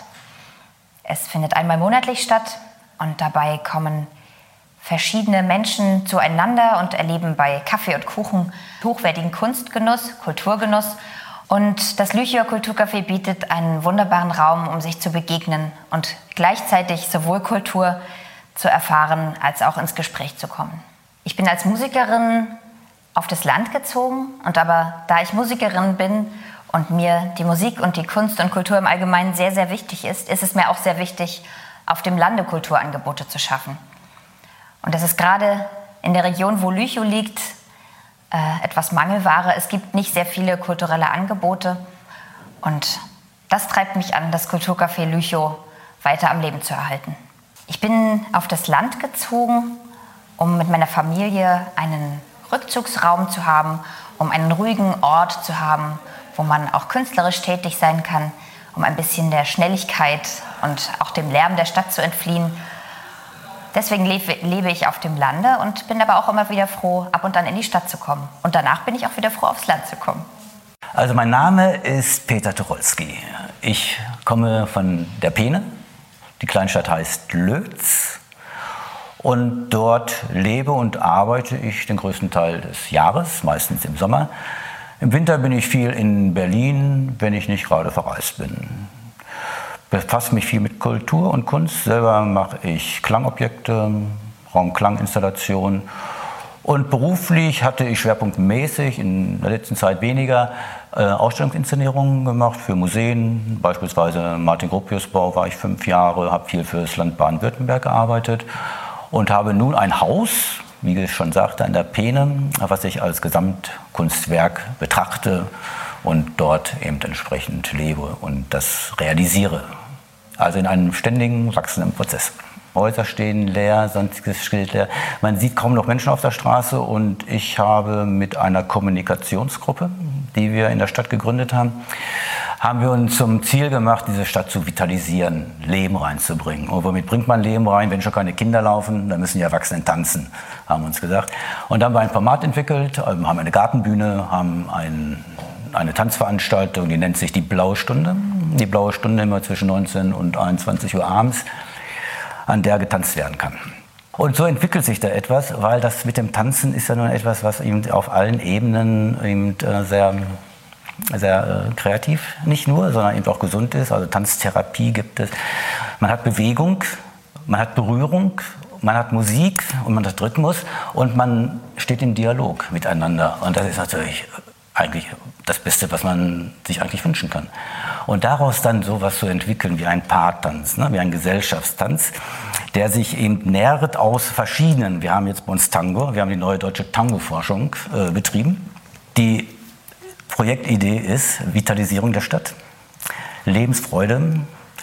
Es findet einmal monatlich statt und dabei kommen verschiedene Menschen zueinander und erleben bei Kaffee und Kuchen hochwertigen Kunstgenuss, Kulturgenuss. Und das Lüchower Kulturcafé bietet einen wunderbaren Raum, um sich zu begegnen und gleichzeitig sowohl Kultur zu erfahren, als auch ins Gespräch zu kommen. Ich bin als Musikerin auf das Land gezogen und aber da ich Musikerin bin und mir die Musik und die Kunst und Kultur im Allgemeinen sehr, sehr wichtig ist, ist es mir auch sehr wichtig, auf dem Lande Kulturangebote zu schaffen. Und das ist gerade in der Region, wo Lüchow liegt, äh, etwas Mangelware. Es gibt nicht sehr viele kulturelle Angebote. Und das treibt mich an, das Kulturcafé Lüchow weiter am Leben zu erhalten. Ich bin auf das Land gezogen, um mit meiner Familie einen Rückzugsraum zu haben, um einen ruhigen Ort zu haben, wo man auch künstlerisch tätig sein kann um ein bisschen der Schnelligkeit und auch dem Lärm der Stadt zu entfliehen. Deswegen lebe, lebe ich auf dem Lande und bin aber auch immer wieder froh, ab und an in die Stadt zu kommen. Und danach bin ich auch wieder froh, aufs Land zu kommen. Also mein Name ist Peter Tucholsky. Ich komme von der Peene. Die Kleinstadt heißt Lötz. Und dort lebe und arbeite ich den größten Teil des Jahres, meistens im Sommer. Im Winter bin ich viel in Berlin, wenn ich nicht gerade verreist bin. Befasse mich viel mit Kultur und Kunst. Selber mache ich Klangobjekte, Raumklanginstallationen. Und beruflich hatte ich schwerpunktmäßig in der letzten Zeit weniger äh, Ausstellungsinszenierungen gemacht für Museen. Beispielsweise Martin-Gropius-Bau war ich fünf Jahre, habe viel für das Land Baden-Württemberg gearbeitet und habe nun ein Haus, wie ich schon sagte, an der Peene, was ich als Gesamtkunstwerk betrachte und dort eben entsprechend lebe und das realisiere. Also in einem ständigen, wachsenden Prozess. Häuser stehen leer, sonstiges steht leer. Man sieht kaum noch Menschen auf der Straße und ich habe mit einer Kommunikationsgruppe, die wir in der Stadt gegründet haben, haben wir uns zum Ziel gemacht, diese Stadt zu vitalisieren, Leben reinzubringen. Und womit bringt man Leben rein? Wenn schon keine Kinder laufen, dann müssen die Erwachsenen tanzen, haben wir uns gesagt. Und dann haben wir ein Format entwickelt, haben eine Gartenbühne, haben ein eine Tanzveranstaltung, die nennt sich die Blaue Stunde. Die Blaue Stunde immer zwischen neunzehn und einundzwanzig Uhr abends, an der getanzt werden kann. Und so entwickelt sich da etwas, weil das mit dem Tanzen ist ja nun etwas, was eben auf allen Ebenen eben sehr, sehr äh, kreativ nicht nur, sondern eben auch gesund ist. Also Tanztherapie gibt es. Man hat Bewegung, man hat Berührung, man hat Musik und man hat Rhythmus und man steht im Dialog miteinander. Und das ist natürlich eigentlich das Beste, was man sich eigentlich wünschen kann. Und daraus dann sowas zu entwickeln wie ein Paartanz, ne, wie ein Gesellschaftstanz, der sich eben nährt aus verschiedenen. Wir haben jetzt bei uns Tango, wir haben die neue deutsche Tango-Forschung äh, betrieben. Die Projektidee ist Vitalisierung der Stadt, Lebensfreude,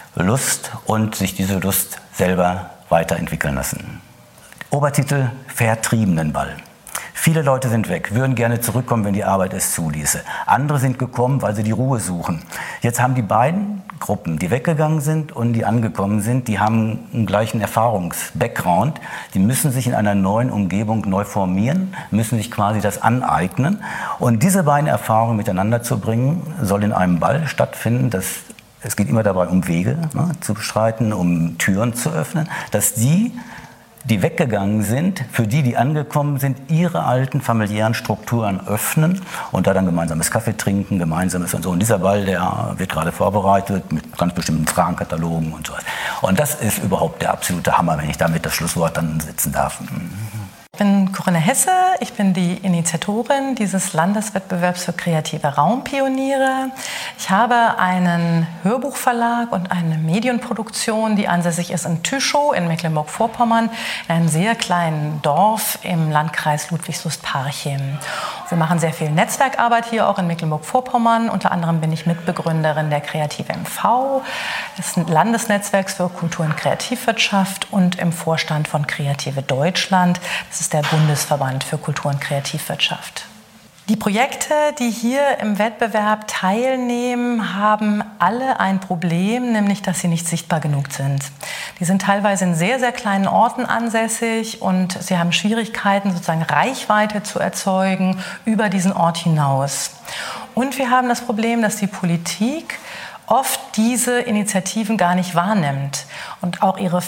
Lust und sich diese Lust selber weiterentwickeln lassen. Obertitel Vertriebenenball. Viele Leute sind weg, würden gerne zurückkommen, wenn die Arbeit es zuließe. Andere sind gekommen, weil sie die Ruhe suchen. Jetzt haben die beiden Gruppen, die weggegangen sind und die angekommen sind, die haben einen gleichen Erfahrungs-Background. Die müssen sich in einer neuen Umgebung neu formieren, müssen sich quasi das aneignen. Und diese beiden Erfahrungen miteinander zu bringen, soll in einem Ball stattfinden. Das, es geht immer dabei um Wege, ne, zu beschreiten, um Türen zu öffnen, dass die die weggegangen sind, für die, die angekommen sind, ihre alten familiären Strukturen öffnen und da dann gemeinsames Kaffee trinken, gemeinsames und so. Und dieser Ball, der wird gerade vorbereitet mit ganz bestimmten Fragenkatalogen und so. Und das ist überhaupt der absolute Hammer, wenn ich damit das Schlusswort dann setzen darf. Ich bin Corinne Hesse, ich bin die Initiatorin dieses Landeswettbewerbs für kreative Raumpioniere. Ich habe einen Hörbuchverlag und eine Medienproduktion, die ansässig ist in Tüschow in Mecklenburg-Vorpommern, in einem sehr kleinen Dorf im Landkreis Ludwigslust-Parchim. Wir machen sehr viel Netzwerkarbeit hier auch in Mecklenburg-Vorpommern. Unter anderem bin ich Mitbegründerin der Kreative M V, des Landesnetzwerks für Kultur- und Kreativwirtschaft und im Vorstand von Kreative Deutschland. Das ist der Bundesverband für Kultur- und Kreativwirtschaft. Die Projekte, die hier im Wettbewerb teilnehmen, haben alle ein Problem, nämlich dass sie nicht sichtbar genug sind. Die sind teilweise in sehr, sehr kleinen Orten ansässig und sie haben Schwierigkeiten, sozusagen Reichweite zu erzeugen über diesen Ort hinaus. Und wir haben das Problem, dass die Politik oft diese Initiativen gar nicht wahrnimmt und auch ihre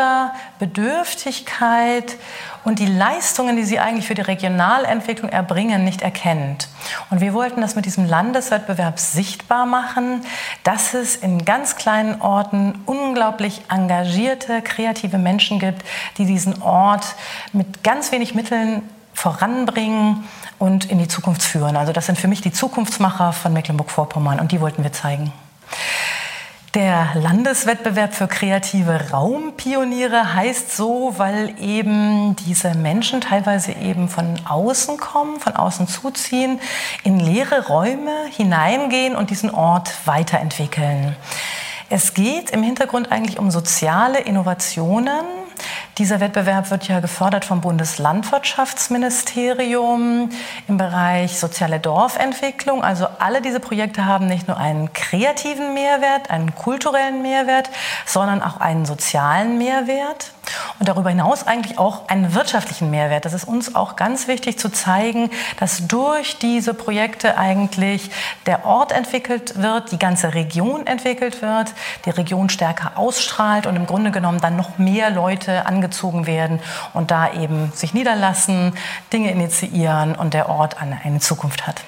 Förderbedürftigkeit und die Leistungen, die sie eigentlich für die Regionalentwicklung erbringen, nicht erkennt. Und wir wollten das mit diesem Landeswettbewerb sichtbar machen, dass es in ganz kleinen Orten unglaublich engagierte, kreative Menschen gibt, die diesen Ort mit ganz wenig Mitteln voranbringen und in die Zukunft führen. Also das sind für mich die Zukunftsmacher von Mecklenburg-Vorpommern und die wollten wir zeigen. Der Landeswettbewerb für kreative Raumpioniere heißt so, weil eben diese Menschen teilweise eben von außen kommen, von außen zuziehen, in leere Räume hineingehen und diesen Ort weiterentwickeln. Es geht im Hintergrund eigentlich um soziale Innovationen, Dieser Wettbewerb wird ja gefördert vom Bundeslandwirtschaftsministerium im Bereich soziale Dorfentwicklung. Also alle diese Projekte haben nicht nur einen kreativen Mehrwert, einen kulturellen Mehrwert, sondern auch einen sozialen Mehrwert. Und darüber hinaus eigentlich auch einen wirtschaftlichen Mehrwert. Das ist uns auch ganz wichtig zu zeigen, dass durch diese Projekte eigentlich der Ort entwickelt wird, die ganze Region entwickelt wird, die Region stärker ausstrahlt und im Grunde genommen dann noch mehr Leute angezogen werden und da eben sich niederlassen, Dinge initiieren und der Ort eine Zukunft hat.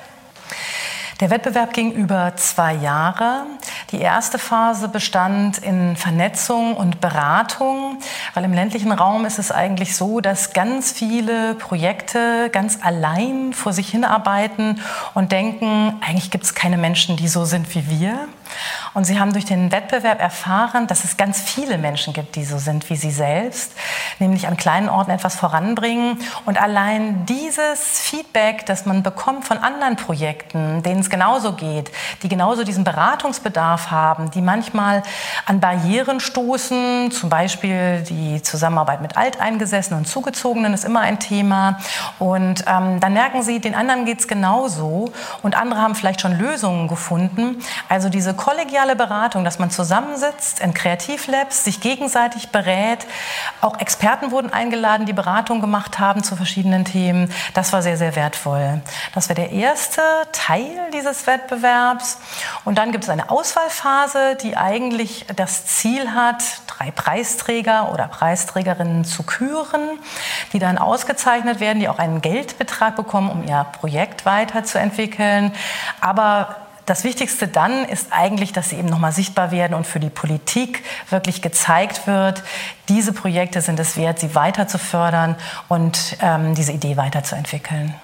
Der Wettbewerb ging über zwei Jahre. Die erste Phase bestand in Vernetzung und Beratung, weil im ländlichen Raum ist es eigentlich so, dass ganz viele Projekte ganz allein vor sich hinarbeiten und denken, eigentlich gibt es keine Menschen, die so sind wie wir. Und sie haben durch den Wettbewerb erfahren, dass es ganz viele Menschen gibt, die so sind wie sie selbst, nämlich an kleinen Orten etwas voranbringen. Und allein dieses Feedback, das man bekommt von anderen Projekten, denen es genauso geht, die genauso diesen Beratungsbedarf haben, die manchmal an Barrieren stoßen, zum Beispiel die Zusammenarbeit mit Alteingesessenen und Zugezogenen ist immer ein Thema. Und ähm, dann merken sie, den anderen geht es genauso und andere haben vielleicht schon Lösungen gefunden. Also diese kollegiale Beratung, dass man zusammensitzt in Kreativlabs, sich gegenseitig berät. Auch Experten wurden eingeladen, die Beratung gemacht haben zu verschiedenen Themen. Das war sehr, sehr wertvoll. Das war der erste Teil dieses Wettbewerbs. Und dann gibt es eine Auswahlphase, die eigentlich das Ziel hat, drei Preisträger oder Preisträgerinnen zu küren, die dann ausgezeichnet werden, die auch einen Geldbetrag bekommen, um ihr Projekt weiterzuentwickeln. Aber das Wichtigste dann ist eigentlich, dass sie eben nochmal sichtbar werden und für die Politik wirklich gezeigt wird, diese Projekte sind es wert, sie weiter zu fördern und ähm, diese Idee weiterzuentwickeln.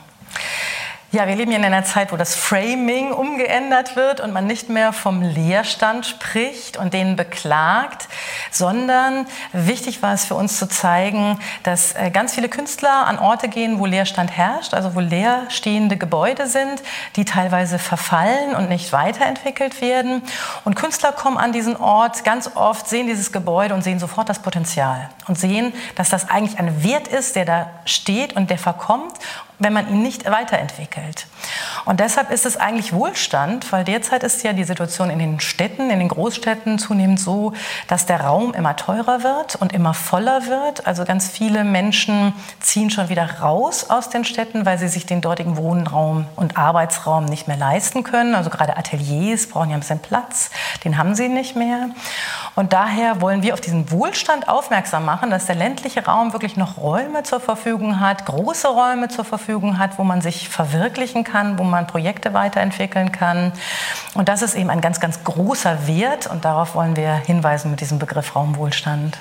Ja, wir leben hier in einer Zeit, wo das Framing umgeändert wird und man nicht mehr vom Leerstand spricht und den beklagt, sondern wichtig war es für uns zu zeigen, dass ganz viele Künstler an Orte gehen, wo Leerstand herrscht, also wo leerstehende Gebäude sind, die teilweise verfallen und nicht weiterentwickelt werden. Und Künstler kommen an diesen Ort ganz oft, sehen dieses Gebäude und sehen sofort das Potenzial und sehen, dass das eigentlich ein Wert ist, der da steht und der verkommt, wenn man ihn nicht weiterentwickelt. Und deshalb ist es eigentlich Wohlstand, weil derzeit ist ja die Situation in den Städten, in den Großstädten zunehmend so, dass der Raum immer teurer wird und immer voller wird. Also ganz viele Menschen ziehen schon wieder raus aus den Städten, weil sie sich den dortigen Wohnraum und Arbeitsraum nicht mehr leisten können. Also gerade Ateliers brauchen ja ein bisschen Platz, den haben sie nicht mehr. Und daher wollen wir auf diesen Wohlstand aufmerksam machen, dass der ländliche Raum wirklich noch Räume zur Verfügung hat, große Räume zur Verfügung hat, wo man sich verwirklichen kann, wo man Projekte weiterentwickeln kann. Und das ist eben ein ganz, ganz großer Wert und darauf wollen wir hinweisen mit diesem Begriff Raumwohlstand.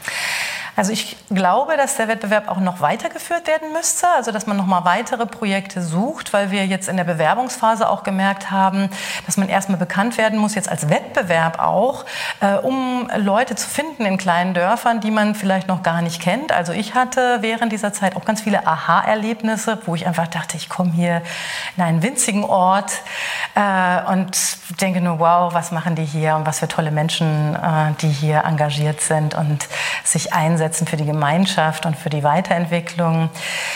Also ich glaube, dass der Wettbewerb auch noch weitergeführt werden müsste, also dass man noch mal weitere Projekte sucht, weil wir jetzt in der Bewerbungsphase auch gemerkt haben, dass man erstmal bekannt werden muss, jetzt als Wettbewerb auch, äh, um Leute zu finden in kleinen Dörfern, die man vielleicht noch gar nicht kennt. Also ich hatte während dieser Zeit auch ganz viele Aha-Erlebnisse, wo ich einfach dachte, ich komme hier in einen winzigen Ort äh, und denke nur, wow, was machen die hier und was für tolle Menschen, äh, die hier engagiert sind und sich einsetzen für die Gemeinschaft und für die Weiterentwicklung.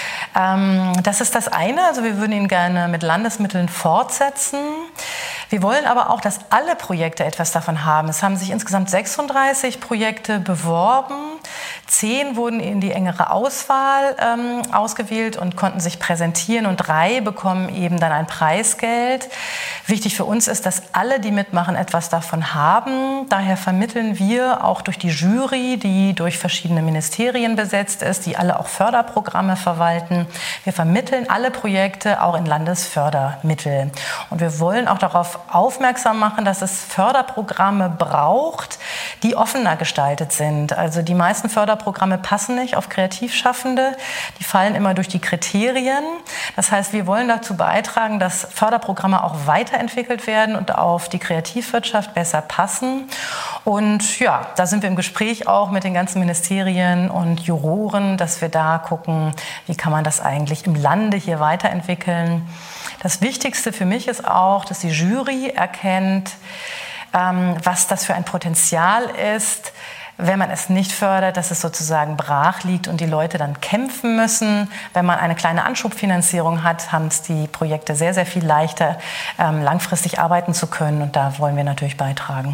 Ähm, das ist das eine, also wir würden ihn gerne mit Landesmitteln fortsetzen. Wir wollen aber auch, dass alle Projekte etwas davon haben. Es haben sich insgesamt sechsunddreißig Projekte beworben. Zehn wurden in die engere Auswahl ähm, ausgewählt und konnten sich präsentieren und drei bekommen eben dann ein Preisgeld. Wichtig für uns ist, dass alle, die mitmachen, etwas davon haben. Daher vermitteln wir auch durch die Jury, die durch verschiedene Ministerien besetzt ist, die alle auch Förderprogramme verwalten. Wir vermitteln alle Projekte auch in Landesfördermittel. Und wir wollen auch darauf aufmerksam machen, dass es Förderprogramme braucht, die offener gestaltet sind. Also die meisten Förderprogramme passen nicht auf Kreativschaffende. Die fallen immer durch die Kriterien. Das heißt, wir wollen dazu beitragen, dass Förderprogramme auch weiterentwickelt werden und auf die Kreativwirtschaft besser passen. Und ja, da sind wir im Gespräch auch mit den ganzen Ministerien und Juroren, dass wir da gucken, wie kann man das eigentlich im Lande hier weiterentwickeln. Das Wichtigste für mich ist auch, dass die Jury erkennt, ähm, was das für ein Potenzial ist, wenn man es nicht fördert, dass es sozusagen brach liegt und die Leute dann kämpfen müssen. Wenn man eine kleine Anschubfinanzierung hat, haben es die Projekte sehr, sehr viel leichter, ähm, langfristig arbeiten zu können. Und da wollen wir natürlich beitragen.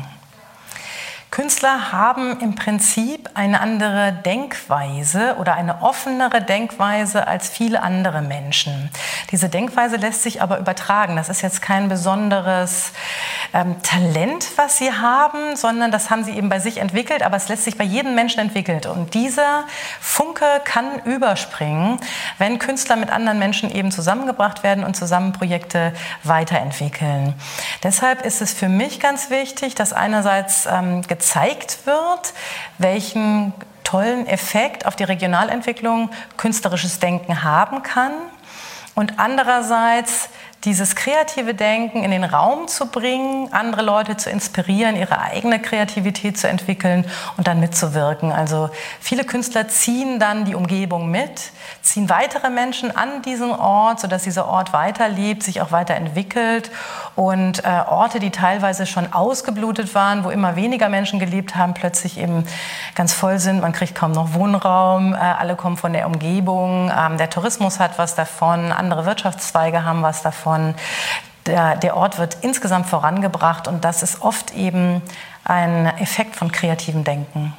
Künstler haben im Prinzip eine andere Denkweise oder eine offenere Denkweise als viele andere Menschen. Diese Denkweise lässt sich aber übertragen. Das ist jetzt kein besonderes ähm, Talent, was sie haben, sondern das haben sie eben bei sich entwickelt, aber es lässt sich bei jedem Menschen entwickelt. Und dieser Funke kann überspringen, wenn Künstler mit anderen Menschen eben zusammengebracht werden und zusammen Projekte weiterentwickeln. Deshalb ist es für mich ganz wichtig, dass einerseits ähm, gezeigt wird, welchen tollen Effekt auf die Regionalentwicklung künstlerisches Denken haben kann und andererseits dieses kreative Denken in den Raum zu bringen, andere Leute zu inspirieren, ihre eigene Kreativität zu entwickeln und dann mitzuwirken. Also viele Künstler ziehen dann die Umgebung mit, ziehen weitere Menschen an diesen Ort, sodass dieser Ort weiterlebt, sich auch weiterentwickelt und äh, Orte, die teilweise schon ausgeblutet waren, wo immer weniger Menschen gelebt haben, plötzlich eben ganz voll sind. Man kriegt kaum noch Wohnraum, äh, alle kommen von der Umgebung, ähm, der Tourismus hat was davon, andere Wirtschaftszweige haben was davon. Der, der Ort wird insgesamt vorangebracht und das ist oft eben ein Effekt von kreativem Denken.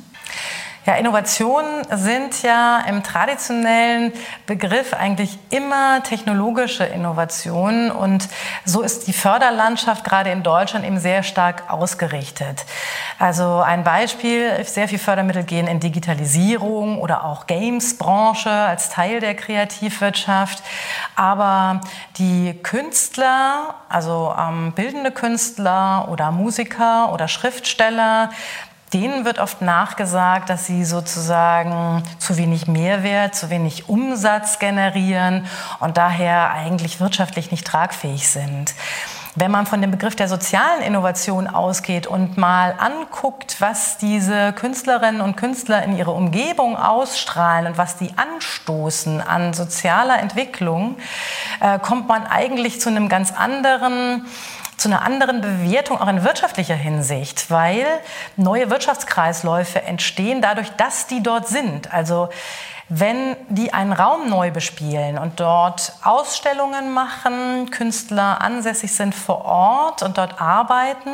Ja, Innovationen sind ja im traditionellen Begriff eigentlich immer technologische Innovationen und so ist die Förderlandschaft gerade in Deutschland eben sehr stark ausgerichtet. Also ein Beispiel, sehr viel Fördermittel gehen in Digitalisierung oder auch Games-Branche als Teil der Kreativwirtschaft, aber die Künstler, also ähm, bildende Künstler oder Musiker oder Schriftsteller, denen wird oft nachgesagt, dass sie sozusagen zu wenig Mehrwert, zu wenig Umsatz generieren und daher eigentlich wirtschaftlich nicht tragfähig sind. Wenn man von dem Begriff der sozialen Innovation ausgeht und mal anguckt, was diese Künstlerinnen und Künstler in ihrer Umgebung ausstrahlen und was die anstoßen an sozialer Entwicklung, äh, kommt man eigentlich zu einem ganz anderen zu einer anderen Bewertung auch in wirtschaftlicher Hinsicht, weil neue Wirtschaftskreisläufe entstehen dadurch, dass die dort sind. Also wenn die einen Raum neu bespielen und dort Ausstellungen machen, Künstler ansässig sind vor Ort und dort arbeiten,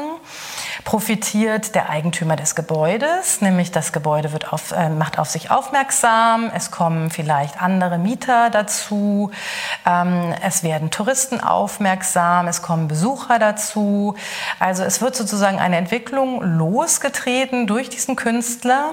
profitiert der Eigentümer des Gebäudes, nämlich das Gebäude wird auf, äh, macht auf sich aufmerksam, es kommen vielleicht andere Mieter dazu, ähm, es werden Touristen aufmerksam, es kommen Besucher dazu. Also es wird sozusagen eine Entwicklung losgetreten durch diesen Künstler,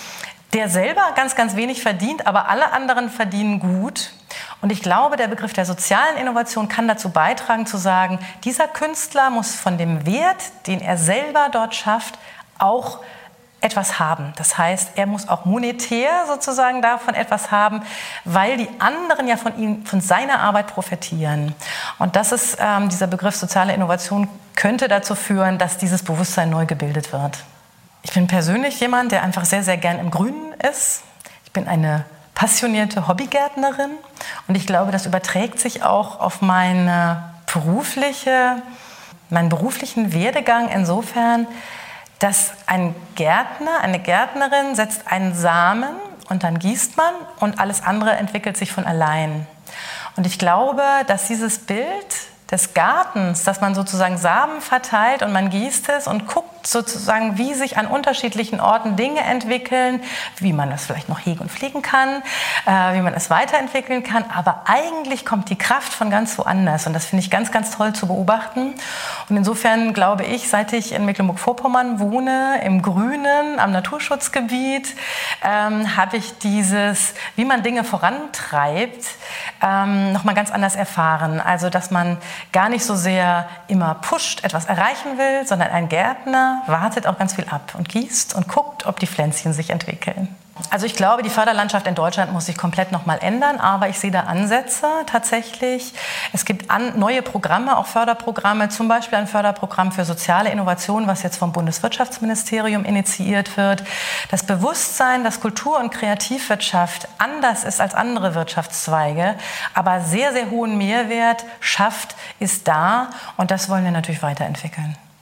der selber ganz, ganz wenig verdient, aber alle anderen verdienen gut. Und ich glaube, der Begriff der sozialen Innovation kann dazu beitragen, zu sagen, dieser Künstler muss von dem Wert, den er selber dort schafft, auch etwas haben. Das heißt, er muss auch monetär sozusagen davon etwas haben, weil die anderen ja von ihm, von seiner Arbeit profitieren. Und das ist, ähm, dieser Begriff soziale Innovation könnte dazu führen, dass dieses Bewusstsein neu gebildet wird. Ich bin persönlich jemand, der einfach sehr, sehr gern im Grünen ist. Ich bin eine passionierte Hobbygärtnerin und ich glaube, das überträgt sich auch auf meine berufliche, meinen beruflichen Werdegang insofern, dass ein Gärtner, eine Gärtnerin setzt einen Samen und dann gießt man und alles andere entwickelt sich von allein. Und ich glaube, dass dieses Bild des Gartens, dass man sozusagen Samen verteilt und man gießt es und guckt sozusagen, wie sich an unterschiedlichen Orten Dinge entwickeln, wie man das vielleicht noch hegen und pflegen kann, äh, wie man es weiterentwickeln kann, aber eigentlich kommt die Kraft von ganz woanders und das finde ich ganz, ganz toll zu beobachten und insofern glaube ich, seit ich in Mecklenburg-Vorpommern wohne, im Grünen, am Naturschutzgebiet, ähm, habe ich dieses, wie man Dinge vorantreibt, ähm, nochmal ganz anders erfahren. Also, dass man gar nicht so sehr immer pusht, etwas erreichen will, sondern ein Gärtner wartet auch ganz viel ab und gießt und guckt, ob die Pflänzchen sich entwickeln. Also ich glaube, die Förderlandschaft in Deutschland muss sich komplett nochmal ändern, aber ich sehe da Ansätze tatsächlich. Es gibt an, neue Programme, auch Förderprogramme, zum Beispiel ein Förderprogramm für soziale Innovation, was jetzt vom Bundeswirtschaftsministerium initiiert wird. Das Bewusstsein, dass Kultur- und Kreativwirtschaft anders ist als andere Wirtschaftszweige, aber sehr, sehr hohen Mehrwert schafft, ist da und das wollen wir natürlich weiterentwickeln.